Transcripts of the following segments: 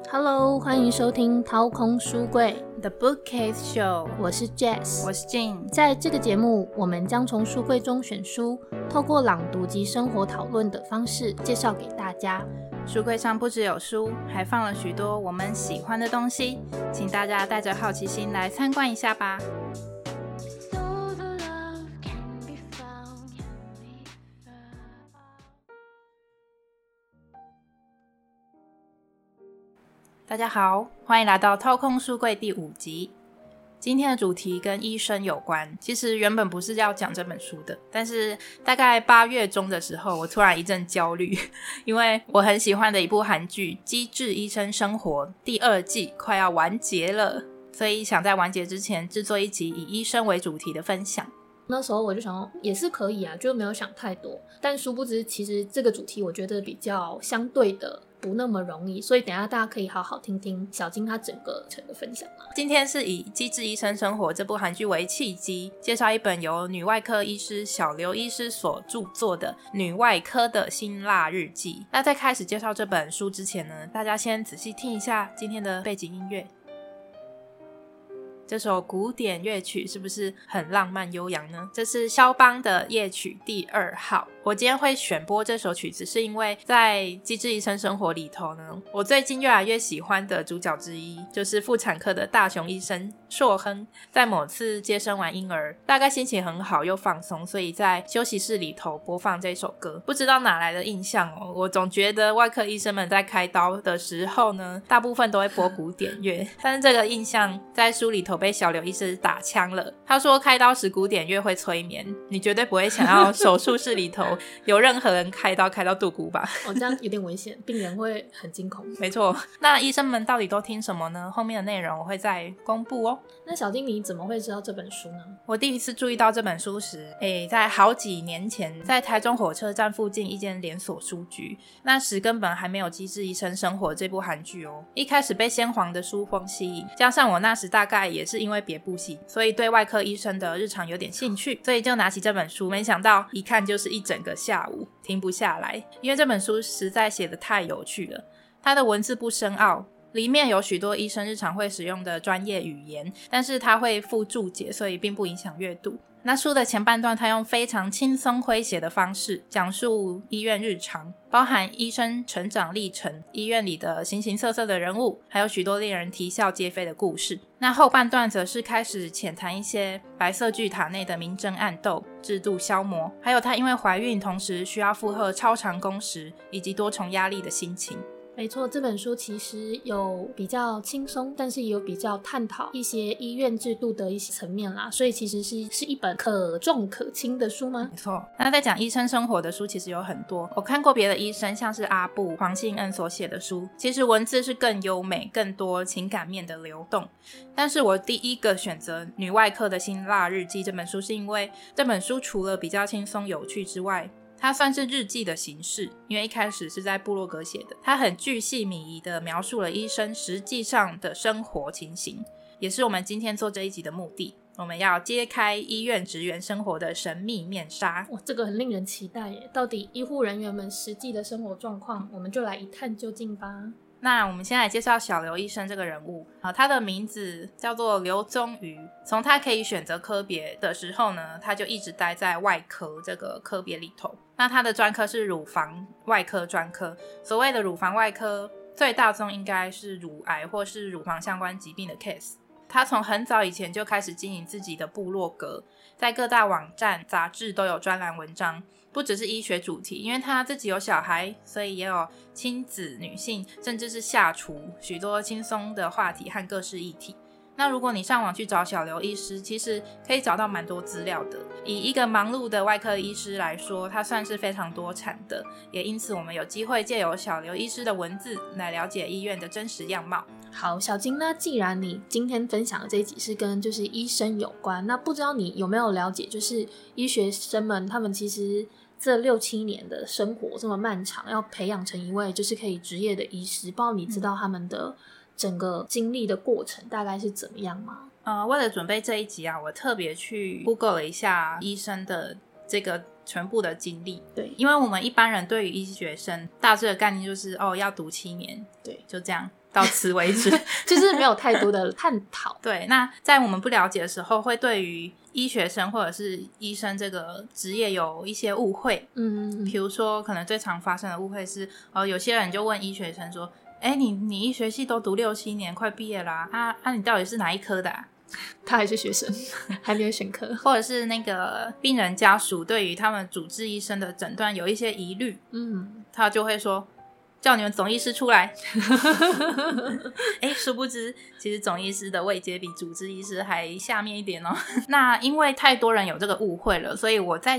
Hello， 欢迎收听掏空书柜 The Bookcase Show， 我是 Jess， 我是 Jane。 在这个节目，我们将从书柜中选书，透过朗读及生活讨论的方式介绍给大家。 书柜上不只有书，还放了许多我们喜欢的东西，请大家带着好奇心来参观一下吧。大家好，欢迎来到掏空书柜第5集。今天的主题跟医生有关，其实原本不是要讲这本书的，但是大概8月中的时候，我突然一阵焦虑，因为我很喜欢的一部韩剧《机智医生生活》第2季快要完结了，所以想在完结之前制作一集以医生为主题的分享。 那时候我就想也是可以啊，就没有想太多，但殊不知其实这个主题我觉得比较相对的不那么容易，所以等一下大家可以好好听听小金他整个的分享嘛。 今天是以《机智医生生活》这部韩剧为契机，介绍一本由女外科医师小刘医师所著作的《女外科的辛辣日记》。那在开始介绍这本书之前呢，大家先仔细听一下今天的背景音乐。这首古典乐曲是不是很浪漫悠扬呢？这是肖邦的夜曲第2号。我今天会选播这首曲子，是因为在《机智医生生活》里头呢，我最近越来越喜欢的主角之一，就是妇产科的大熊医生硕亨。在某次接生完婴儿，大概心情很好又放松，所以在休息室里头播放这首歌。不知道哪来的印象哦，我总觉得外科医生们在开刀的时候呢，大部分都会播古典乐，但是这个印象在书里头被小刘医师打枪了。他说开刀时古典乐会催眠，你绝对不会想要手术室里头有任何人开刀开到肚骨吧？ 这样有点危险，病人会很惊恐。 没错，那医生们到底都听什么呢？后面的内容我会再公布哦。 那小金你怎么会知道这本书呢？ 我第一次注意到这本书时，在好几年前，在台中火车站附近一间连锁书局，那时根本还没有《机智医生生活》这部韩剧哦。一开始被鲜黄的书封吸引，加上我那时大概也是因为别部戏，所以对外科医生的日常有点兴趣，所以就拿起这本书，没想到一看就是一整个下午，停不下来。因为这本书实在写得太有趣了，它的文字不深奥，里面有许多医生日常会使用的专业语言，但是它会附注解，所以并不影响阅读。那书的前半段，它用非常轻松诙谐的方式讲述医院日常，包含医生成长历程、医院里的形形色色的人物，还有许多令人啼笑皆非的故事。那后半段则是开始浅谈一些白色巨塔内的明争暗斗、制度消磨，还有她因为怀孕同时需要负荷超长工时以及多重压力的心情。 没错，这本书其实有比较轻松，但是也有比较探讨一些医院制度的一些层面啦，所以其实是一本可重可轻的书吗？ 没错。那在讲医生生活的书其实有很多，我看过别的医生，像是阿布、黄信恩所写的书，其实文字是更优美、更多情感面的流动。但是我第一个选择女外科的辛辣日记这本书，是因为这本书除了比较轻松有趣之外，它算是日记的形式，因为一开始是在部落格写的，它很巨细靡遗的描述了医生实际上的生活情形，也是我们今天做这一集的目的。我们要揭开医院职员生活的神秘面纱。 哇，这个很令人期待耶！到底医护人员们实际的生活状况，我们就来一探究竟吧。 那我们先来介绍小刘医生这个人物，他的名字叫做刘宗瑜。从他可以选择科别的时候呢，他就一直待在外科这个科别里头。那他的专科是乳房外科专科，所谓的乳房外科最大宗应该是乳癌或是乳房相关疾病的 case。他从很早以前就开始经营自己的部落格，在各大网站、杂志都有专栏文章，不只是医学主题，因为他自己有小孩，所以也有亲子、女性，甚至是下厨，许多轻松的话题和各式议题。那如果你上网去找小刘医师，其实可以找到蛮多资料的。以一个忙碌的外科医师来说，他算是非常多产的，也因此我们有机会借由小刘医师的文字来了解医院的真实样貌。 好，小金，那既然你今天分享的这一集是跟就是医生有关，那不知道你有没有了解，就是医学生们他们其实这6-7年的生活这么漫长，要培养成一位就是可以职业的医师，不知道你知道他们的整个经历的过程大概是怎么样吗？ 为了准备这一集啊，我特别去 Google 了一下医生的这个全部的经历。 对， 因为我们一般人对于医学生大致的概念就是要读7年， 对， 就这样到此为止就是没有太多的探讨。 对，那在我们不了解的时候，会对于医学生或者是医生这个职业有一些误会。比如说可能最常发生的误会是有些人就问医学生说，你医学系都读6-7年快毕业啦，你到底是哪一科的啊？ 他还是学生还没有选科。 或者是那个病人家属对于他们主治医生的诊断有一些疑虑，他就会说叫你们总医师出来殊不知其实总医师的位阶比主治医师还下面一点哦。那因为太多人有这个误会了，所以我在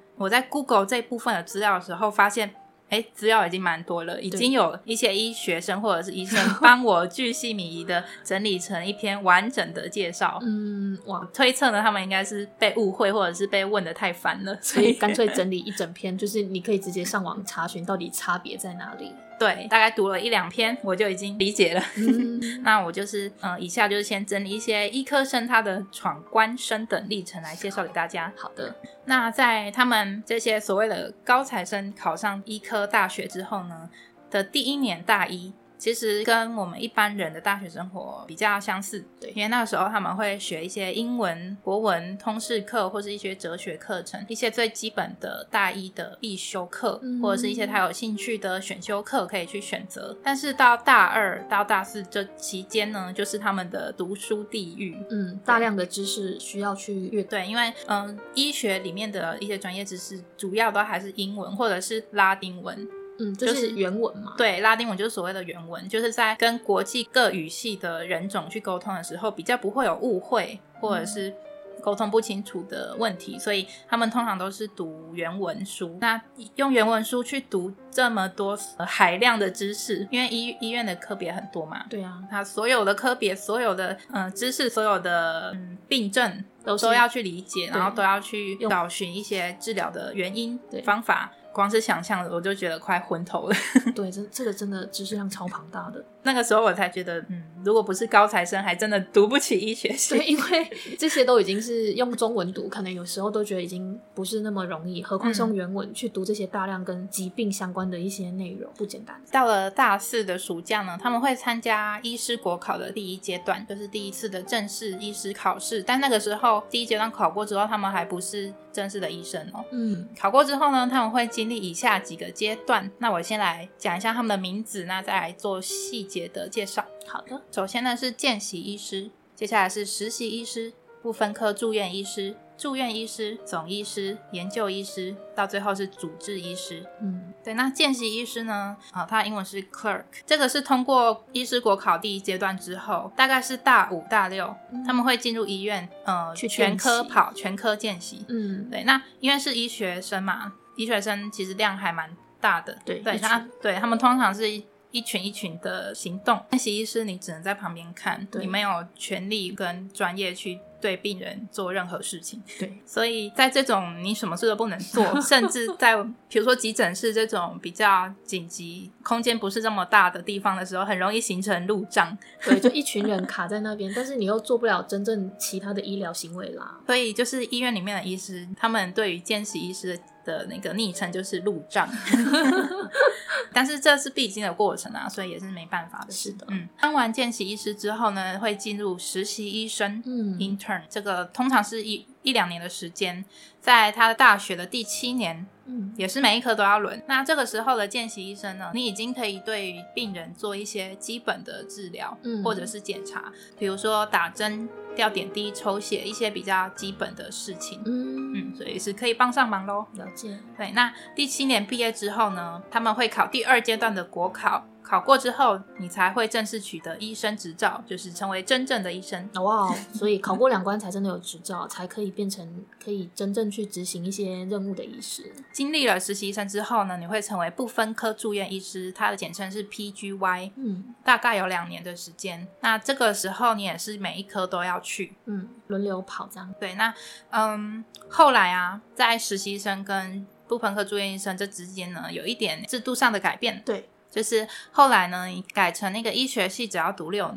Google 这部分的资料的时候发现资料已经蛮多了，已经有一些医学生或者是医生帮我巨细靡遗的整理成一篇完整的介绍。 哇， 推测呢他们应该是被误会或者是被问得太烦了， 所以干脆整理一整篇就是你可以直接上网查询到底差别在哪里。 对，大概读了1-2篇我就已经理解了那我就是以下就是先整理一些医科生他的闯关升等历程来介绍给大家。 好的。 那在他们这些所谓的高材生考上医科大学之后呢的第1年大一，其实跟我们一般人的大学生活比较相似。对，因为那个时候他们会学一些英文、国文、通识课，或是一些哲学课程，一些最基本的大一的必修课，或者是一些他有兴趣的选修课可以去选择。但是到大2到大4这期间呢，就是他们的读书地狱。 大量的知识需要去阅读。 对，因为医学里面的一些专业知识主要都还是英文或者是拉丁文。 就是原文嘛。 对，拉丁文就是所谓的原文，就是在跟国际各语系的人种去沟通的时候比较不会有误会或者是沟通不清楚的问题，所以他们通常都是读原文书。那用原文书去读这么多海量的知识，因为医院的科别很多嘛。 对啊， 他所有的科别，所有的知识，所有的病症都要去理解，然后都要去找寻一些治疗的原因方法。光是想象我就觉得快昏头了对，这个真的知识量超庞大的。 那个时候我才觉得如果不是高材生还真的读不起医学系。 对，因为这些都已经是用中文读，可能有时候都觉得已经不是那么容易，何况是用原文去读这些大量跟疾病相关的一些内容，不简单。 到了大4的暑假呢，他们会参加医师国考的第1阶段，就是第一次的正式医师考试。但那个时候第1阶段考过之后，他们还不是正式的医生哦。考过之后呢，他们会经历以下几个阶段。那我先来讲一下他们的名字，那再来做细节的介绍。 好的。 首先呢是见习医师，接下来是实习医师、不分科住院医师、住院医师、总医师、研究医师，到最后是主治医师。对，那见习医师呢他的英文是 clerk， 这个是通过医师国考第1阶段之后，大概是大5大6他们会进入医院去全科跑，全科见习。对，那因为是医学生嘛，医学生其实量还蛮大的。对，他们通常是一群一群的行动。见习医师你只能在旁边看，你没有权利跟专业去对病人做任何事情。 对， 所以在这种你什么事都不能做甚至在比如说急诊室这种比较紧急空间不是这么大的地方的时候，很容易形成路障。 对，就一群人卡在那边但是你又做不了真正其他的医疗行为啦。 所以就是医院里面的医师，他们对于见习医师的那个昵称就是路障但是这是必经的过程啊，所以也是没办法的事。 是的。 当完见习医师之后呢，会进入实习医生intern， 这个通常是1-2年的时间，在他的大学的第7年也是每一科都要轮。那这个时候的见习医生呢，你已经可以对于病人做一些基本的治疗或者是检查，比如说打针、吊点滴、抽血，一些比较基本的事情。所以是可以帮上忙咯。 了解。 对，那第7年毕业之后呢，他们会考第2阶段的国考，考过之后你才会正式取得医生执照，就是成为真正的医生。 哇，所以考过2关才真的有执照，才可以变成可以真正去执行一些任务的医师。 经历了实习医生之后呢，你会成为不分科住院医师，它的简称是 PGY。大概有2年的时间。那这个时候你也是每一科都要去， 轮流跑这样。 对，那后来啊，在实习生跟不分科住院医生这之间呢，有一点制度上的改变。 对， 就是后来呢，你改成那个医学系只要读6年，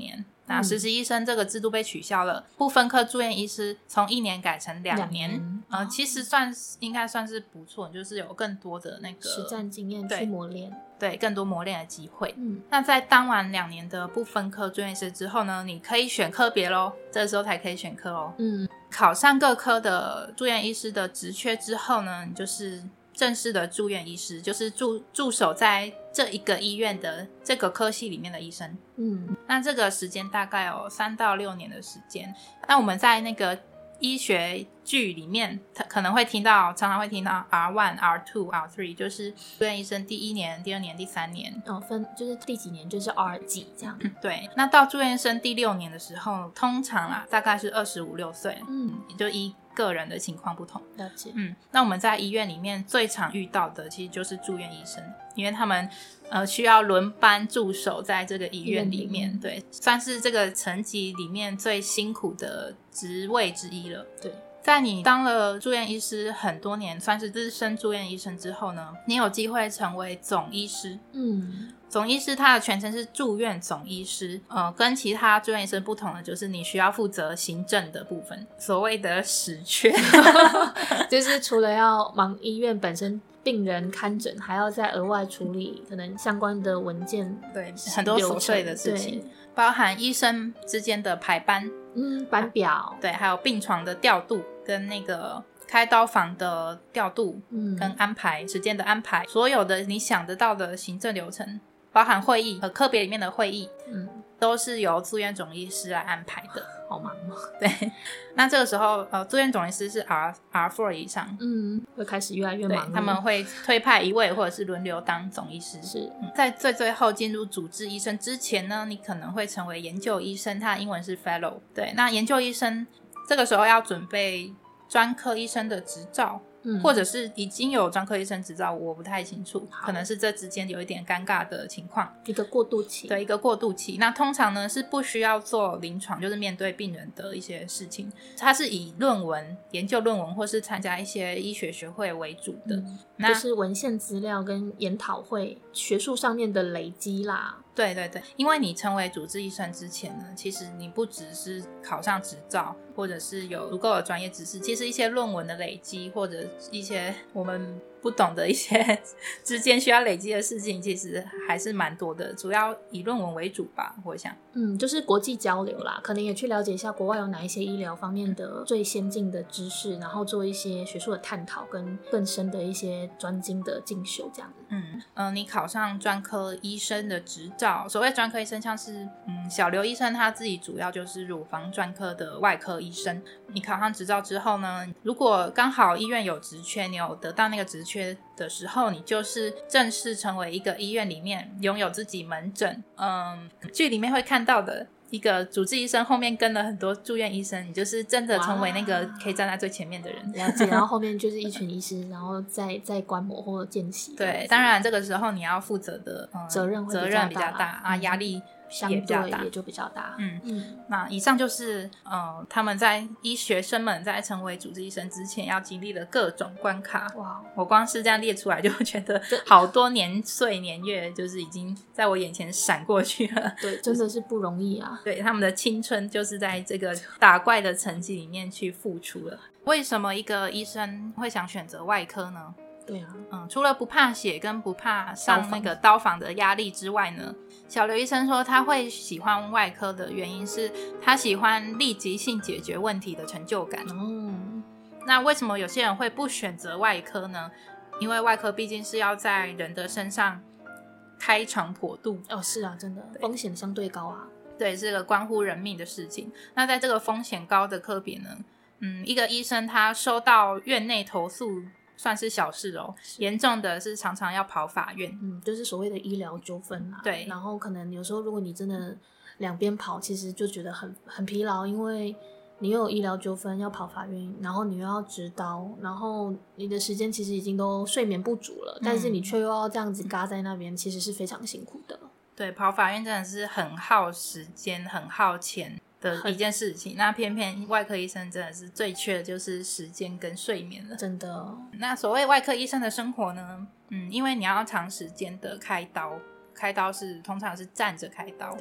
那实习医生这个制度被取消了，不分科住院医师从1年改成2年。其实应该算是不错，就是有更多的那个实战经验去磨练， 对，更多磨练的机会。那在当完2年的不分科住院医师之后呢，你可以选科别咯，这时候才可以选科哦。考上各科的住院医师的职缺之后呢，你就是正式的住院医师，就是驻守在这一个医院的这个科系里面的医生。那这个时间大概有3到6年的时间。那我们在那个医学剧里面可能会常常会听到 R1、R2、R3， 就是住院医生第1年、第2年、第3年分就是第几年就是 R 几这样。 对，那到住院医生第6年的时候，通常大概是25、26岁，也就依个人的情况不同。 了解。 那我们在医院里面最常遇到的其实就是住院医生，因为他们需要轮班驻守在这个医院里面，对，算是这个层级里面最辛苦的职位之一了。 对， 在你当了住院医师很多年，算是资深住院医生之后呢，你有机会成为总医师。总医师他的全称是住院总医师，跟其他住院医生不同的就是你需要负责行政的部分，所谓的实缺就是除了要忙医院本身病人看诊，还要再额外处理可能相关的文件， 对，很多琐碎的事情，包含医生之间的排班， 班表， 对，还有病床的调度跟那个开刀房的调度，跟安排时间的安排，所有的你想得到的行政流程，包含会议和科别里面的会议，都是由住院总医师来安排的。 好忙哦。 对，那这个时候住院总医师是 R4 以上， 会开始越来越忙碌， 他们会推派一位或者是轮流当总医师。 是， 在最后进入主治医生之前呢，你可能会成为研究医生，他的英文是 Fellow。对，那研究医生这个时候要准备专科医生的执照，或者是已经有专科医生执照，我不太清楚，可能是这之间有一点尴尬的情况， 一个过渡期。 对，一个过渡期。那通常呢是不需要做临床，就是面对病人的一些事情，它是以研究论文或是参加一些医学学会为主的， 就是文献资料跟研讨会学术上面的累积啦。 对对对，因为你成为主治医生之前呢，其实你不只是考上执照，或者是有足够的专业知识，其实一些论文的累积，或者一些我们不懂的一些之间需要累积的事情，其实还是蛮多的，主要以论文为主吧，我想。 就是国际交流啦，可能也去了解一下国外有哪一些医疗方面的最先进的知识，然后做一些学术的探讨跟更深的一些专精的进修这样子。 你考上专科医生的执照，所谓专科医生像是小刘医生他自己主要就是乳房专科的外科医生。你考上执照之后呢，如果刚好医院有职缺，你有得到那个职缺的时候，你就是正式成为一个医院里面拥有自己门诊，剧里面会看到的一个主治医生后面跟了很多住院医生，你就是真的成为那个可以站在最前面的人。 了解，然后后面就是一群医师，然后再观摩或见习。 对，当然这个时候你要负责的责任比较大啊，压力相对也就比较大。 那以上就是他们在医学生们在成为主治医生之前要经历的各种关卡。哇，我光是这样列出来就觉得好多年岁年月就是已经在我眼前闪过去了。 对，真的是不容易啊。 对，他们的青春就是在这个打怪的成绩里面去付出了。为什么一个医生会想选择外科呢？ 对啊， 除了不怕血跟不怕上那个刀房的压力之外呢，小刘医生说他会喜欢外科的原因是他喜欢立即性解决问题的成就感。那为什么有些人会不选择外科呢？因为外科毕竟是要在人的身上开肠破肚。 是啊，真的风险相对高啊。 对，是个关乎人命的事情。那在这个风险高的科别呢，一个医生他收到院内投诉算是小事哦，严重的是常常要跑法院。 就是所谓的医疗纠纷啦。 对， 然后可能有时候如果你真的两边跑，其实就觉得很疲劳，因为你又有医疗纠纷要跑法院，然后你又要执刀，然后你的时间其实已经都睡眠不足了，但是你却又要这样子嘎在那边，其实是非常辛苦的。 对，跑法院真的是很耗时间很耗钱的一件事情，那偏偏外科医生真的是最缺的就是时间跟睡眠了， 真的。 那所谓外科医生的生活呢，因为你要长时间的开刀是通常是站着开刀， 对，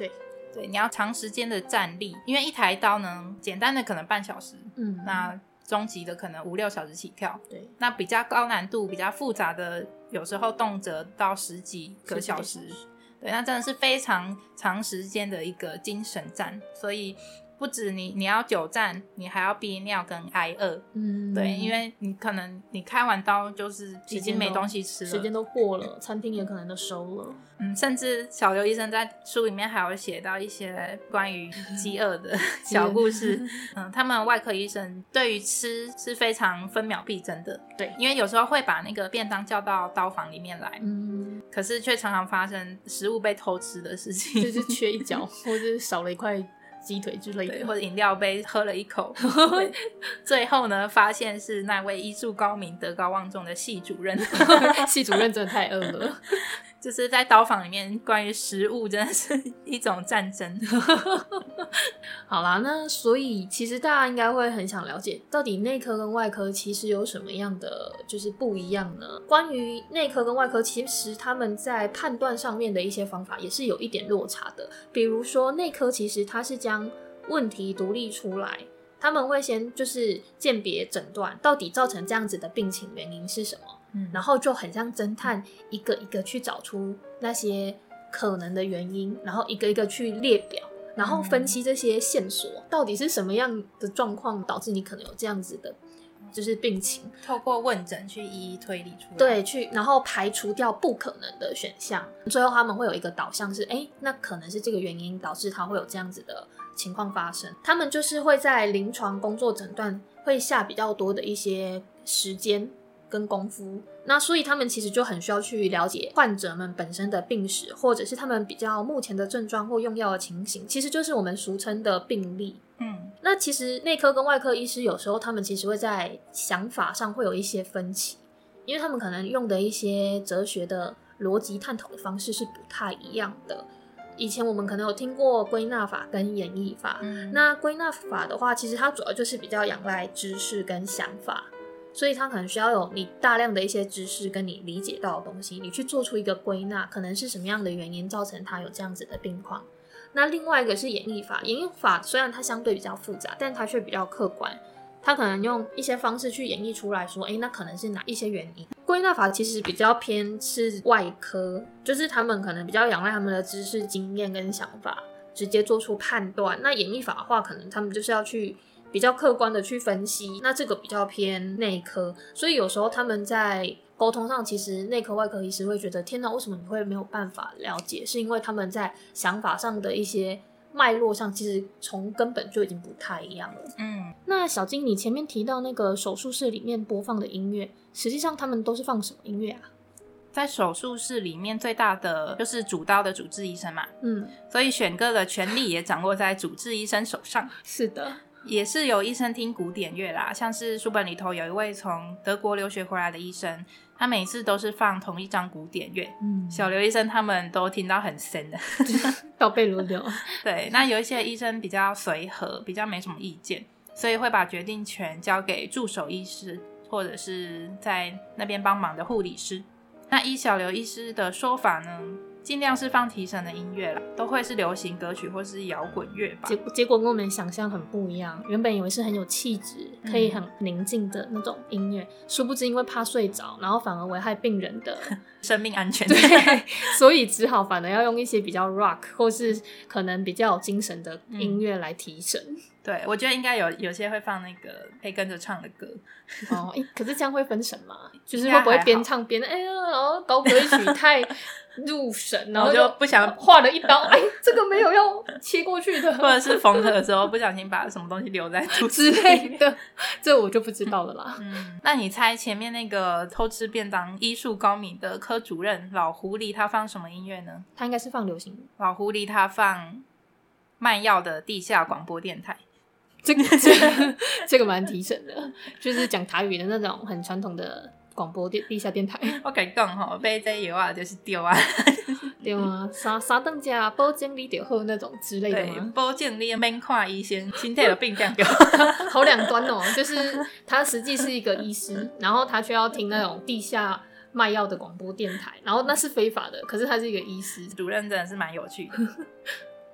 对，你要长时间的站立，因为一台刀呢，简单的可能半小时，那中级的可能5-6小时起跳， 对， 那比较高难度比较复杂的有时候动辄到10几个小时，对，那真的是非常长时间的一个精神战，所以不止你要久站，你还要憋尿跟挨饿，对，因为你可能你开完刀就是已经没东西吃了， 时间都过了，餐厅也可能都收了， 甚至小刘医生在书里面还有写到一些关于饥饿的小故事，他们外科医生对于吃是非常分秒必争的，对，因为有时候会把那个便当叫到刀房里面来，可是却常常发生食物被偷吃的事情， 就是缺一角或者是少了一块鸡腿之类的， 或者饮料杯喝了一口最后呢发现是那位医术高明德高望重的系主任系主任真的太饿了就是在刀房里面关于食物真的是一种战争好啦，那所以其实大家应该会很想了解到底内科跟外科其实有什么样的就是不一样呢？关于内科跟外科其实他们在判断上面的一些方法也是有一点落差的，比如说内科其实它是将问题独立出来，他们会先就是鉴别诊断到底造成这样子的病情原因是什么，然后就很像侦探一个一个去找出那些可能的原因，然后一个一个去列表，然后分析这些线索到底是什么样的状况导致你可能有这样子的就是病情， 透过问诊去一一推理出来， 对，然后排除掉不可能的选项，最后他们会有一个导向是那可能是这个原因导致他会有这样子的情况发生，他们就是会在临床工作诊断会下比较多的一些时间跟功夫，那所以他们其实就很需要去了解患者们本身的病史，或者是他们比较目前的症状或用药的情形，其实就是我们俗称的病历。那其实内科跟外科医师有时候他们其实会在想法上会有一些分歧，因为他们可能用的一些哲学的逻辑探讨的方式是不太一样的。以前我们可能有听过归纳法跟演绎法，那归纳法的话其实它主要就是比较仰赖知识跟想法，所以它可能需要有你大量的一些知识跟你理解到的东西，你去做出一个归纳，可能是什么样的原因造成它有这样子的病况。那另外一个是演绎法，演绎法虽然它相对比较复杂，但它却比较客观，它可能用一些方式去演绎出来说那可能是哪一些原因。归纳法其实比较偏是外科，就是他们可能比较仰赖他们的知识经验跟想法直接做出判断，那演绎法的话可能他们就是要去比较客观的去分析，那这个比较偏内科，所以有时候他们在沟通上其实内科外科医师会觉得天哪，为什么你会没有办法了解，是因为他们在想法上的一些脉络上其实从根本就已经不太一样了。那小金你前面提到那个手术室里面播放的音乐，实际上他们都是放什么音乐啊？ 在手术室里面最大的就是主刀的主治医生嘛，所以选歌的权利也掌握在主治医生手上。 是的， 也是有医生听古典乐啦，像是书本里头有一位从德国留学回来的医生，他每次都是放同一张古典乐，小刘医生他们都听到很深的倒背如流对，那有一些医生比较随和，比较没什么意见，所以会把决定权交给助手医师或者是在那边帮忙的护理师。那依小刘医师的说法呢，尽量是放提神的音乐啦，都会是流行歌曲或是摇滚乐吧。 结果跟我们想象很不一样，原本以为是很有气质可以很宁静的那种音乐，殊不知因为怕睡着，然后反而危害病人的生命安全。 对，所以只好反而要用一些比较 rock 或是可能比较有精神的音乐来提神。 对，我觉得应该有些会放那个可以跟着唱的歌可是这样会分神吗？就是会不会边唱边然后高歌一曲太入神，然后就不想画了一刀这个没有要切过去的， 或者是缝合的时候不小心把什么东西留在肚子之类的，这我就不知道了啦。 那你猜前面那个偷吃便当医术高明的科主任老狐狸他放什么音乐呢？ 他应该是放流行。 老狐狸他放卖药的地下广播电台。 这个蛮提神的，就是讲台语的那种很传统的广播地下电台。 我跟你讲买这药啊就是对啊对啊，三顿吃保证你就好那种之类的吗？ 对，保证你免看医生身体的病变好两端哦，就是他实际是一个医师，然后他却要听那种地下卖药的广播电台，然后那是非法的，可是他是一个医师。 主任真的是蛮有趣的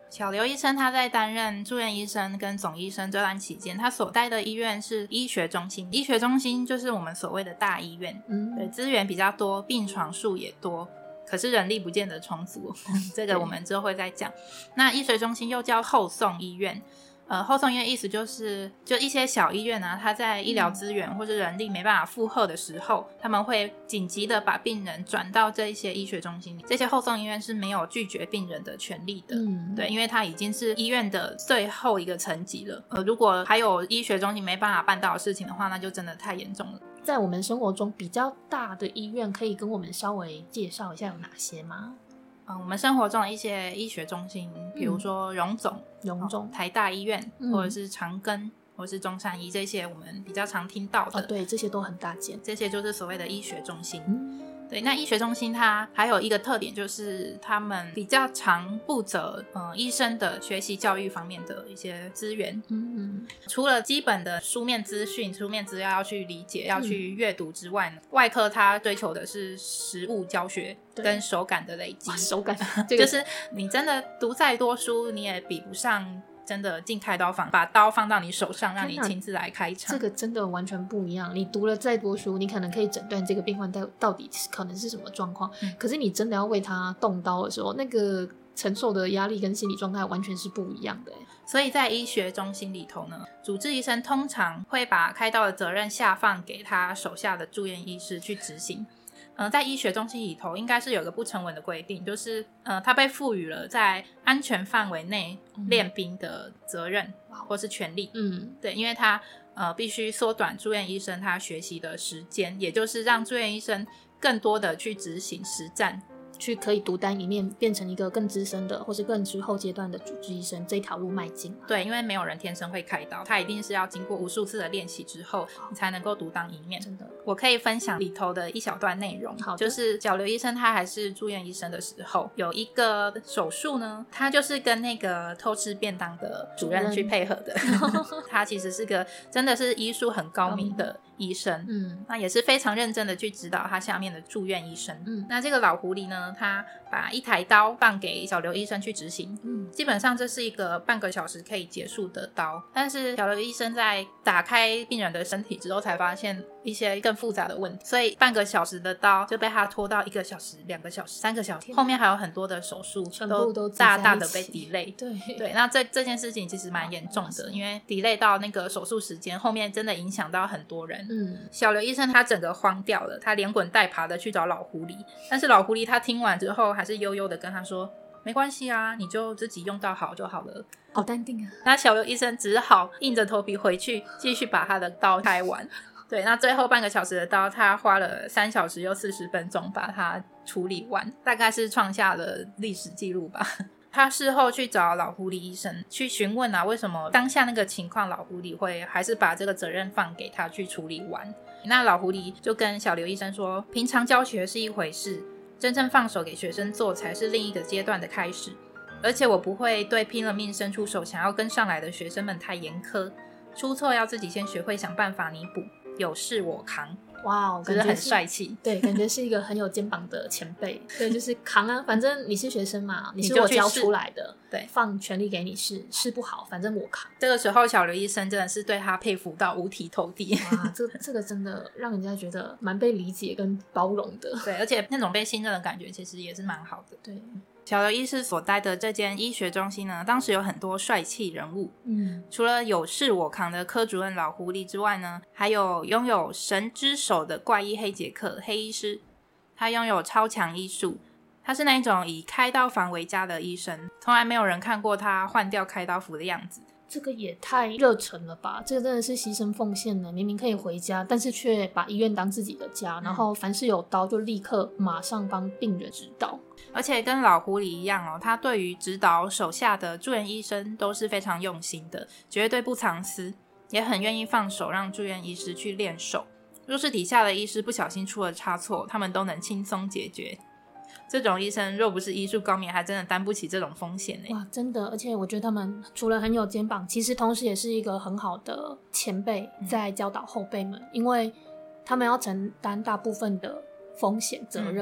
小刘医生他在担任住院医生跟总医生这段期间，他所待的医院是医学中心。医学中心就是我们所谓的大医院，对，资源比较多，病床数也多，可是人力不见得充足这个我们之后会再讲。那医学中心又叫后送医院，后送医院意思就是就一些小医院啊，它在医疗资源或者人力没办法负荷的时候，他们会紧急的把病人转到这一些医学中心里。这些后送医院是没有拒绝病人的权利的，对，因为它已经是医院的最后一个层级了。如果还有医学中心没办法办到的事情的话，那就真的太严重了。 在我们生活中比较大的医院，可以跟我们稍微介绍一下有哪些吗？ 我们生活中的一些医学中心，比如说荣总、台大医院，或者是长庚，或者是中山医，这些我们比较常听到的。 对，这些都很大间， 这些就是所谓的医学中心。对，那医学中心它还有一个特点，就是他们比较常负责医生的学习教育方面的一些资源。除了基本的书面资讯、书面资料要去理解、要去阅读之外呢，外科它追求的是实务教学跟手感的累积。 手感就是你真的读再多书，你也比不上真的进开刀房，把刀放到你手上，让你亲自来开场。 这个真的完全不一样。你读了再多书，你可能可以诊断这个病患到底可能是什么状况，可是你真的要为他动刀的时候，那个承受的压力跟心理状态完全是不一样的。 所以在医学中心里头呢，主治医生通常会把开刀的责任下放给他手下的住院医师去执行。在医学中心里头应该是有个不成文的规定，就是他被赋予了在安全范围内练兵的责任或是权利。对，因为他必须缩短住院医生他学习的时间，也就是让住院医生更多的去执行实战， 去可以独当一面，变成一个更资深的或是更之后阶段的主治医生，这条路迈进。 对，因为没有人天生会开刀，他一定是要经过无数次的练习之后，你才能够独当一面。 真的， 我可以分享里头的一小段内容。就是小刘医生他还是住院医生的时候，有一个手术呢，他就是跟那个偷吃便当的主任去配合的他其实是个真的是医术很高明的医生，那也是非常认真的去指导他下面的住院医生。那这个老狐狸呢，他把一台刀放给小刘医生去执行，基本上这是一个半个小时可以结束的刀，但是小刘医生在打开病人的身体之后才发现一些更复杂的问题，所以半个小时的刀就被他拖到1个小时、2个小时、3个小时，后面还有很多的手术都大大的被 delay。 对，那这件事情其实蛮严重的，因为 delay 到那个手术时间，后面真的影响到很多人。小刘医生他整个慌掉了，他连滚带爬的去找老狐狸，但是老狐狸他听完之后还是悠悠的跟他说，没关系啊，你就自己用到好就好了。 好淡定啊。 那小刘医生只好硬着头皮回去继续把他的刀开完。对，那最后半个小时的刀他花了3小时又40分钟把它处理完，大概是创下了历史记录吧。他事后去找老狐狸医生去询问为什么当下那个情况老狐狸会还是把这个责任放给他去处理完。那老狐狸就跟小刘医生说，平常教学是一回事，真正放手给学生做才是另一个阶段的开始，而且我不会对拼了命伸出手想要跟上来的学生们太严苛，出错要自己先学会想办法弥补，有事我扛。 哇， 感觉很帅气。 对，感觉是一个很有肩膀的前辈。对，就是扛啊，反正你是学生嘛，你是我教出来的， 对， 放权力给你试不好，反正我扛。 这个时候小刘医生真的是对他佩服到五体投地。 哇，这个真的让人家觉得蛮被理解跟包容的。 对，而且那种被信任的感觉其实也是蛮好的。 对， 小刘医师所待的这间医学中心呢，当时有很多帅气人物。除了有事我扛的科主任老狐狸之外呢，还有拥有神之手的怪医黑杰克黑医师，他拥有超强医术，他是那种以开刀房为家的医生，从来没有人看过他换掉开刀服的样子。 这个也太热忱了吧，这个真的是牺牲奉献了，明明可以回家，但是却把医院当自己的家，然后凡是有刀就立刻马上帮病人指导。 而且跟老狐狸一样他对于指导手下的住院医生都是非常用心的，绝对不藏私，也很愿意放手让住院医师去练手，若是底下的医师不小心出了差错，他们都能轻松解决。这种医生若不是医术高明，还真的担不起这种风险。 哇，真的，而且我觉得他们除了很有肩膀，其实同时也是一个很好的前辈在教导后辈们，因为他们要承担大部分的风险责任，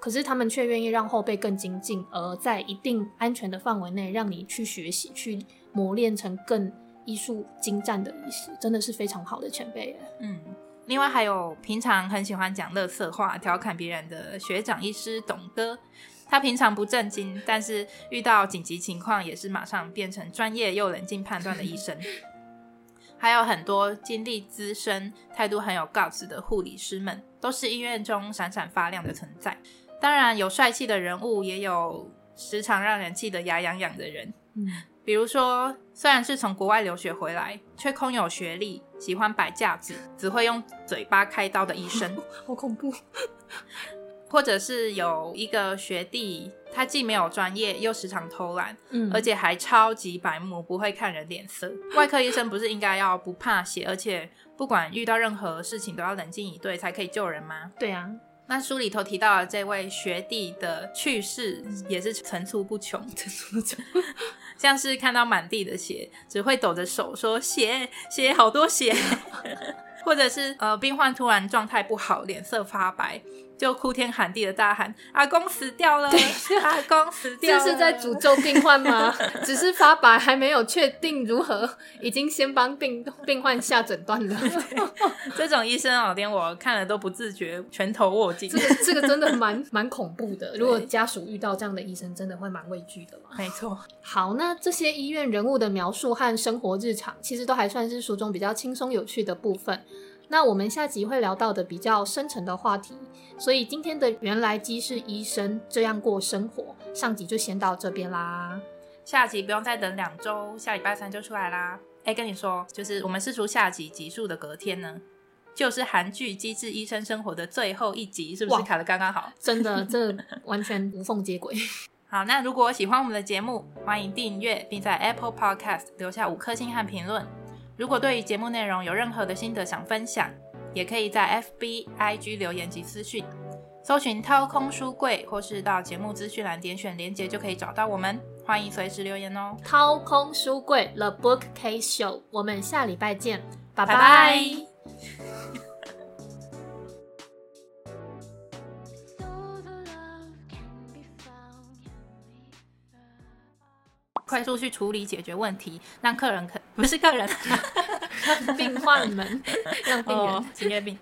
可是他们却愿意让后辈更精进，而在一定安全的范围内让你去学习，去磨练成更医术精湛的医师，真的是非常好的前辈耶。 另外还有平常很喜欢讲垃圾话调侃别人的学长医师董哥，他平常不正经，但是遇到紧急情况也是马上变成专业又冷静判断的医生。还有很多经历资深态度很有 guts 的护理师们，都是医院中闪闪发亮的存在。当然有帅气的人物，也有时常让人气得牙痒痒的人。比如说虽然是从国外留学回来，却空有学历，喜欢摆架子，只会用嘴巴开刀的医生好恐怖。 或者是有一个学弟，他既没有专业又时常偷懒，而且还超级白目，不会看人脸色。外科医生不是应该要不怕血，而且不管遇到任何事情都要冷静以对才可以救人吗？ 对啊， 那书里头提到的这位学弟的趣事也是层出不穷，像是看到满地的血只会抖着手说血好多血或者是病患突然状态不好，脸色发白，就哭天喊地的大喊阿公死掉了，阿公死掉了。 这是在诅咒病患吗？只是发白还没有确定如何，已经先帮病患下诊断了。 这种医生连我看了都不自觉拳头握紧。 这个真的蛮恐怖的，如果家属遇到这样的医生真的会蛮畏惧的嘛。 没错。 好，那这些医院人物的描述和生活日常其实都还算是书中比较轻松有趣的部分。那我们下集会聊到的比较深层的话题，所以今天的原来鸡是医生这样过生活上集就先到这边啦。 下集不用再等2周，下礼拜3就出来啦。跟你说，就是我们释出下集集数的隔天呢，就是韩剧《机智医生生活》的最后一集，是不是卡得刚刚好？ 真的，这完全无缝接轨。 好，那如果喜欢我们的节目，欢迎订阅，并在 Apple Podcast 留下5颗星和评论。如果对于节目内容有任何的心得想分享，也可以在 FB、IG 留言及私讯，搜寻掏空书柜，或是到节目资讯栏点选连结就可以找到我们，欢迎随时留言哦。 掏空书柜 The Bookcase Show， 我们下礼拜见，拜拜。 拜拜。快速去处理解决问题，让客人不是客人病患们让病人职业病